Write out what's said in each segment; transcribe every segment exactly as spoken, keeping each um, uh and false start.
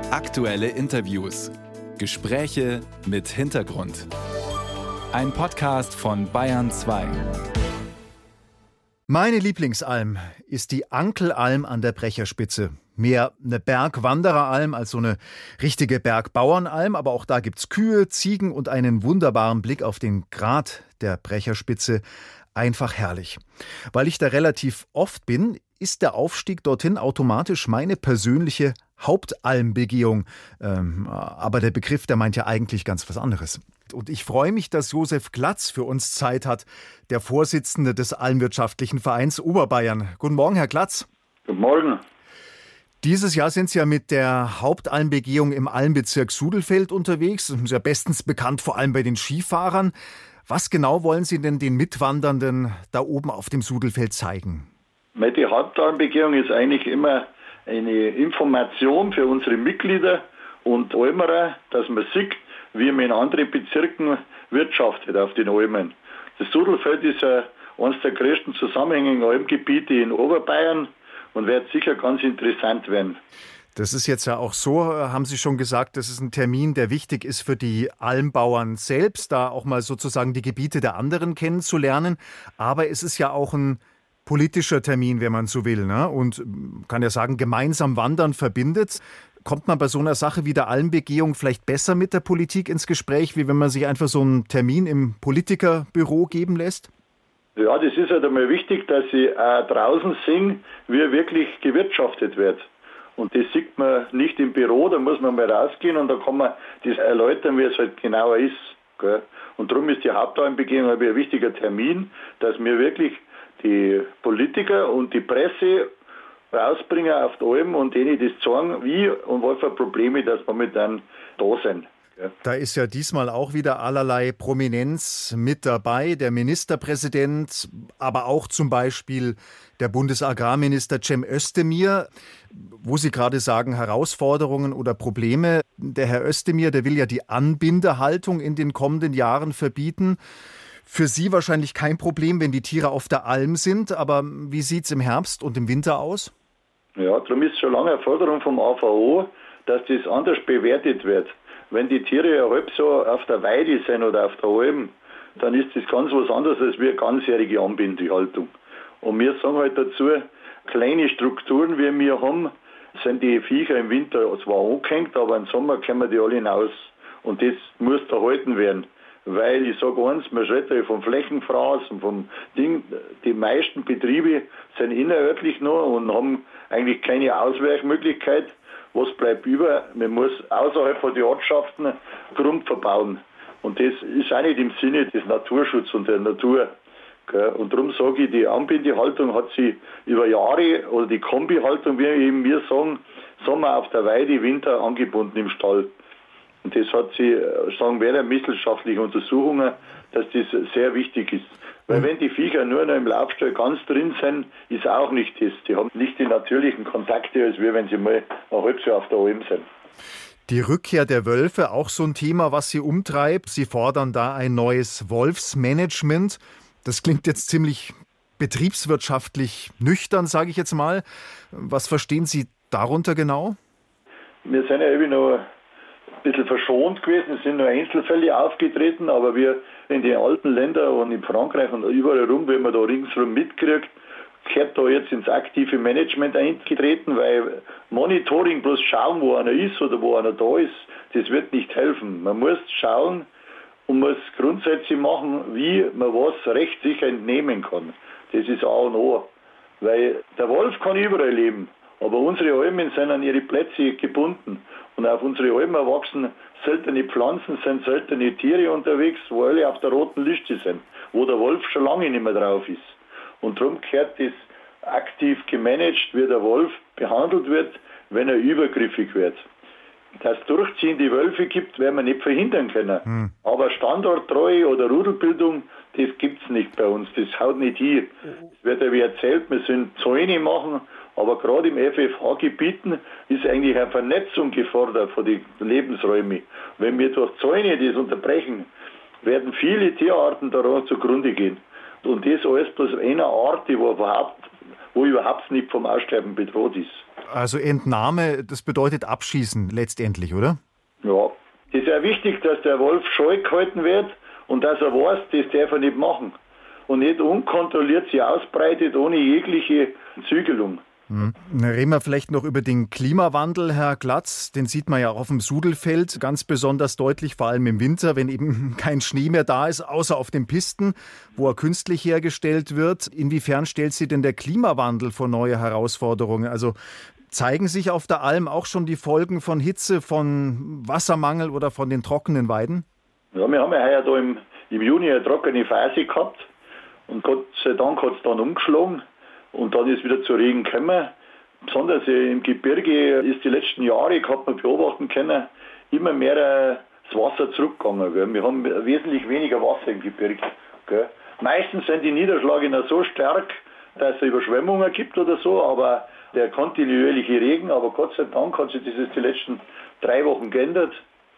Aktuelle Interviews. Gespräche mit Hintergrund. Ein Podcast von Bayern zwei. Meine Lieblingsalm ist die Ankelalm an der Brecherspitze. Mehr eine Bergwandereralm als so eine richtige Bergbauernalm, aber auch da gibt's Kühe, Ziegen und einen wunderbaren Blick auf den Grat der Brecherspitze. Einfach herrlich. Weil ich da relativ oft bin, ist der Aufstieg dorthin automatisch meine persönliche Hauptalmbegehung. Ähm, aber der Begriff, der meint ja eigentlich ganz was anderes. Und ich freue mich, dass Josef Glatz für uns Zeit hat, der Vorsitzende des Almwirtschaftlichen Vereins Oberbayern. Guten Morgen, Herr Glatz. Guten Morgen. Dieses Jahr sind Sie ja mit der Hauptalmbegehung im Almbezirk Sudelfeld unterwegs. Das ist ja bestens bekannt, vor allem bei den Skifahrern. Was genau wollen Sie denn den Mitwandernden da oben auf dem Sudelfeld zeigen? Die Hauptalmbegehung ist eigentlich immer eine Information für unsere Mitglieder und Almerer, dass man sieht, wie man in anderen Bezirken wirtschaftet auf den Almen. Das Sudelfeld ist ja eines der größten zusammenhängenden Almgebiete in Oberbayern und wird sicher ganz interessant werden. Das ist jetzt ja auch so, haben Sie schon gesagt, das ist ein Termin, der wichtig ist für die Almbauern selbst, da auch mal sozusagen die Gebiete der anderen kennenzulernen. Aber es ist ja auch ein politischer Termin, wenn man so will, ne? Und kann ja sagen, gemeinsam wandern verbindet. Kommt man bei so einer Sache wie der Almbegehung vielleicht besser mit der Politik ins Gespräch, wie wenn man sich einfach so einen Termin im Politikerbüro geben lässt? Ja, das ist halt einmal wichtig, dass sie auch draußen sehen, wie wirklich gewirtschaftet wird. Und das sieht man nicht im Büro, da muss man mal rausgehen und da kann man das erläutern, wie es halt genauer ist. Gell? Und darum ist die Hauptalmbegehung ein wichtiger Termin, dass wir wirklich die Politiker und die Presse rausbringen auf die Alm und denen das sagen, wie und was für Probleme, dass wir mit dann da sind. Ja. Da ist ja diesmal auch wieder allerlei Prominenz mit dabei. Der Ministerpräsident, aber auch zum Beispiel der Bundesagrarminister Cem Özdemir. Wo Sie gerade sagen, Herausforderungen oder Probleme. Der Herr Özdemir, der will ja die Anbindehaltung in den kommenden Jahren verbieten. Für Sie wahrscheinlich kein Problem, wenn die Tiere auf der Alm sind. Aber wie sieht es im Herbst und im Winter aus? Ja, darum ist schon lange eine Forderung vom A V O, dass das anders bewertet wird. Wenn die Tiere ja halb so auf der Weide sind oder auf der Alm, dann ist das ganz was anderes als wie eine ganzjährige Anbindehaltung. Und wir sagen halt dazu, kleine Strukturen, wie wir haben, sind die Viecher im Winter zwar angehängt, aber im Sommer kommen die alle hinaus. Und das muss erhalten werden. Weil ich sage eins, man redet ja vom Flächenfraß und vom Ding, die meisten Betriebe sind innerörtlich noch und haben eigentlich keine Ausweichmöglichkeit. Was bleibt über? Man muss außerhalb von den Ortschaften Grund verbauen. Und das ist auch nicht im Sinne des Naturschutzes und der Natur. Und darum sage ich, die Anbindehaltung hat sie über Jahre, oder die Kombihaltung, wie eben wir sagen, Sommer auf der Weide, Winter angebunden im Stall. Und das hat sie, sagen wir, wissenschaftliche Untersuchungen, dass das sehr wichtig ist. Weil wenn die Viecher nur noch im Laufstall ganz drin sind, ist auch nicht das. Die haben nicht die natürlichen Kontakte, als wir, wenn sie mal ein halbes Jahr auf der Alm sind. Die Rückkehr der Wölfe, auch so ein Thema, was Sie umtreibt. Sie fordern da ein neues Wolfsmanagement. Das klingt jetzt ziemlich betriebswirtschaftlich nüchtern, sage ich jetzt mal. Was verstehen Sie darunter genau? Wir sind ja eben noch ein bisschen verschont gewesen, es sind nur Einzelfälle aufgetreten, aber wir in den alten Ländern und in Frankreich und überall rum, wenn man da ringsherum mitkriegt, gehört da jetzt ins aktive Management eingetreten, weil Monitoring, bloß schauen, wo einer ist oder wo einer da ist, das wird nicht helfen. Man muss schauen und muss grundsätzlich machen, wie man was rechtssicher entnehmen kann. Das ist A und O, weil der Wolf kann überall leben, aber unsere Almen sind an ihre Plätze gebunden. Und auf unsere Almen wachsen seltene Pflanzen, sind seltene Tiere unterwegs, wo alle auf der roten Liste sind, wo der Wolf schon lange nicht mehr drauf ist. Und darum gehört das aktiv gemanagt, wie der Wolf behandelt wird, wenn er übergriffig wird. Dass es durchziehende Wölfe gibt, werden wir nicht verhindern können. Hm. Aber Standorttreue oder Rudelbildung, das gibt es nicht bei uns. Das haut nicht hin. Es wird ja wie erzählt, wir müssen Zäune machen, aber gerade im F F H-Gebieten ist eigentlich eine Vernetzung gefordert von den Lebensräumen. Wenn wir durch Zäune das unterbrechen, werden viele Tierarten daran zugrunde gehen. Und das alles bloß einer Art, die wo überhaupt, wo überhaupt nicht vom Aussterben bedroht ist. Also Entnahme, das bedeutet Abschießen letztendlich, oder? Ja, es ist ja wichtig, dass der Wolf scheu gehalten wird und dass er weiß, das darf er nicht machen. Und nicht unkontrolliert sich ausbreitet, ohne jegliche Zügelung. Hm. Reden wir vielleicht noch über den Klimawandel, Herr Glatz. Den sieht man ja auch auf dem Sudelfeld ganz besonders deutlich, vor allem im Winter, wenn eben kein Schnee mehr da ist, außer auf den Pisten, wo er künstlich hergestellt wird. Inwiefern stellt sich denn der Klimawandel vor neue Herausforderungen? Also zeigen sich auf der Alm auch schon die Folgen von Hitze, von Wassermangel oder von den trockenen Weiden? Ja, wir haben ja heuer da im, im Juni eine trockene Phase gehabt und Gott sei Dank hat es dann umgeschlagen. Und dann ist wieder zu Regen gekommen. Besonders im Gebirge ist die letzten Jahre, hat man beobachten können, immer mehr das Wasser zurückgegangen. Gell. Wir haben wesentlich weniger Wasser im Gebirge. Gell. Meistens sind die Niederschläge noch so stark, dass es Überschwemmungen gibt oder so, aber der kontinuierliche Regen, aber Gott sei Dank hat sich das die letzten drei Wochen geändert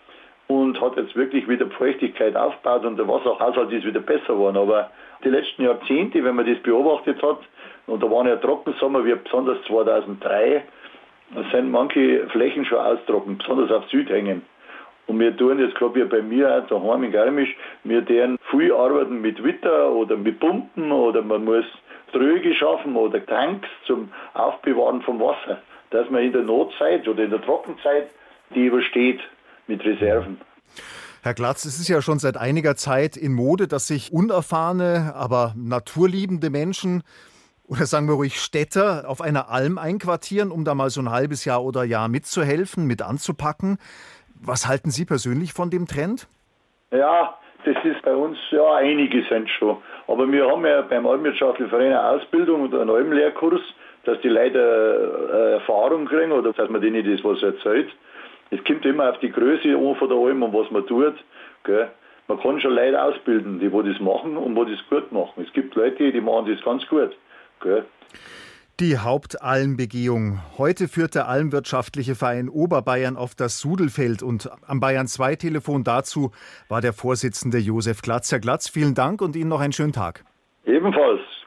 und hat jetzt wirklich wieder Feuchtigkeit aufgebaut und der Wasserhaushalt ist wieder besser geworden. Aber die letzten Jahrzehnte, wenn man das beobachtet hat, und da waren ja Trockensommer, wie besonders zweitausenddrei, da sind manche Flächen schon austrocknet, besonders auf Südhängen. Und wir tun jetzt gerade wie bei mir auch daheim in Garmisch, wir tun viel arbeiten mit Witter oder mit Pumpen oder man muss Tröge schaffen oder Tanks zum Aufbewahren vom Wasser, dass man in der Notzeit oder in der Trockenzeit die übersteht mit Reserven. Herr Glatz, es ist ja schon seit einiger Zeit in Mode, dass sich unerfahrene, aber naturliebende Menschen oder sagen wir ruhig Städter auf einer Alm einquartieren, um da mal so ein halbes Jahr oder Jahr mitzuhelfen, mit anzupacken. Was halten Sie persönlich von dem Trend? Ja, das ist bei uns, ja, einige sind schon. Aber wir haben ja beim Almwirtschaftlichen Verein eine Ausbildung und einen Almlehrkurs, dass die Leute äh, Erfahrung kriegen oder dass man denen das was erzählt. Es kommt immer auf die Größe an von der Alm und was man tut. Gell. Man kann schon Leute ausbilden, die wo das machen und wo das gut machen. Es gibt Leute, die machen das ganz gut. Gell. Die Hauptalmbegehung. Heute führt der Almwirtschaftliche Verein Oberbayern auf das Sudelfeld und am Bayern zwei Telefon dazu war der Vorsitzende Josef Glatz. Herr Glatz, vielen Dank und Ihnen noch einen schönen Tag. Ebenfalls.